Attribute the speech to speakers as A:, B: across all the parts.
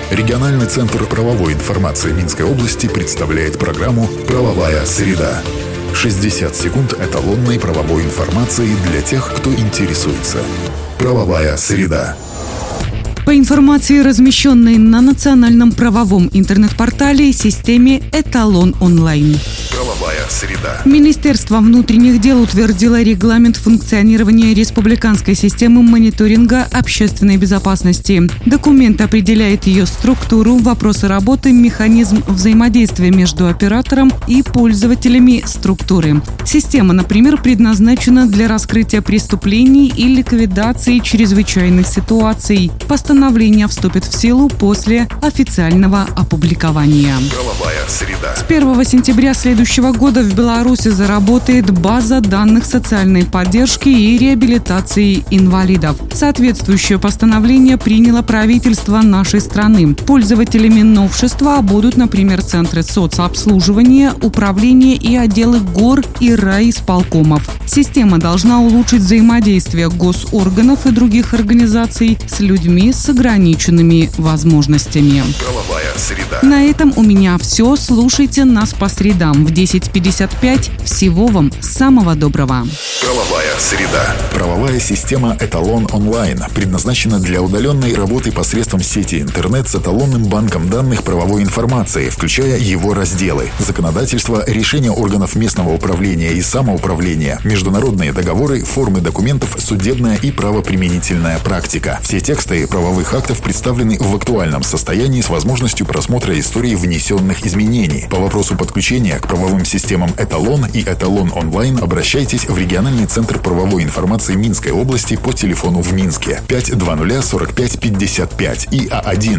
A: Региональный центр правовой информации Минской области представляет программу «Правовая среда». 60 секунд эталонной правовой информации для тех, кто интересуется. «Правовая среда».
B: По информации, размещенной на национальном правовом интернет-портале системе «Эталон онлайн».
A: Правовая среда.
B: Министерство внутренних дел утвердило регламент функционирования республиканской системы мониторинга общественной безопасности. Документ определяет ее структуру, вопросы работы, механизм взаимодействия между оператором и пользователями структуры. Система, например, предназначена для раскрытия преступлений и ликвидации чрезвычайных ситуаций. Постановление вступит в силу после официального опубликования.
A: Правовая среда.
B: С 1 сентября следующего года в Беларуси заработает база данных социальной поддержки и реабилитации инвалидов. Соответствующее постановление приняло правительство нашей страны. Пользователями новшества будут, например, центры соцобслуживания, управления и отделы гор и райисполкомов. Система должна улучшить взаимодействие госорганов и других организаций с людьми с ограниченными возможностями.
A: Правовая среда.
B: На этом у меня все. Слушайте нас по средам в 10:55. Всего вам самого доброго.
A: Правовая среда. Правовая система «Эталон онлайн» предназначена для удаленной работы посредством сети интернет с эталонным банком данных правовой информации, включая его разделы: законодательство, решения органов местного управления и самоуправления, международные договоры, формы документов, судебная и правоприменительная практика. Все тексты правовых актов представлены в актуальном состоянии с возможностью просмотра истории внесенных изменений. По вопросу подключения к правовым системам «Эталон» и «Эталон онлайн» обращайтесь в региональный центр правовой информации Минской области по телефону в Минске 520-45-55 и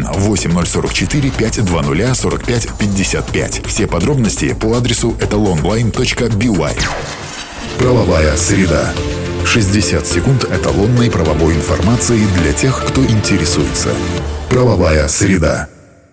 A: А1-8044-520-45-55. Все подробности по адресу etalonline.by. Правовая среда. 60 секунд эталонной правовой информации для тех, кто интересуется. Правовая среда.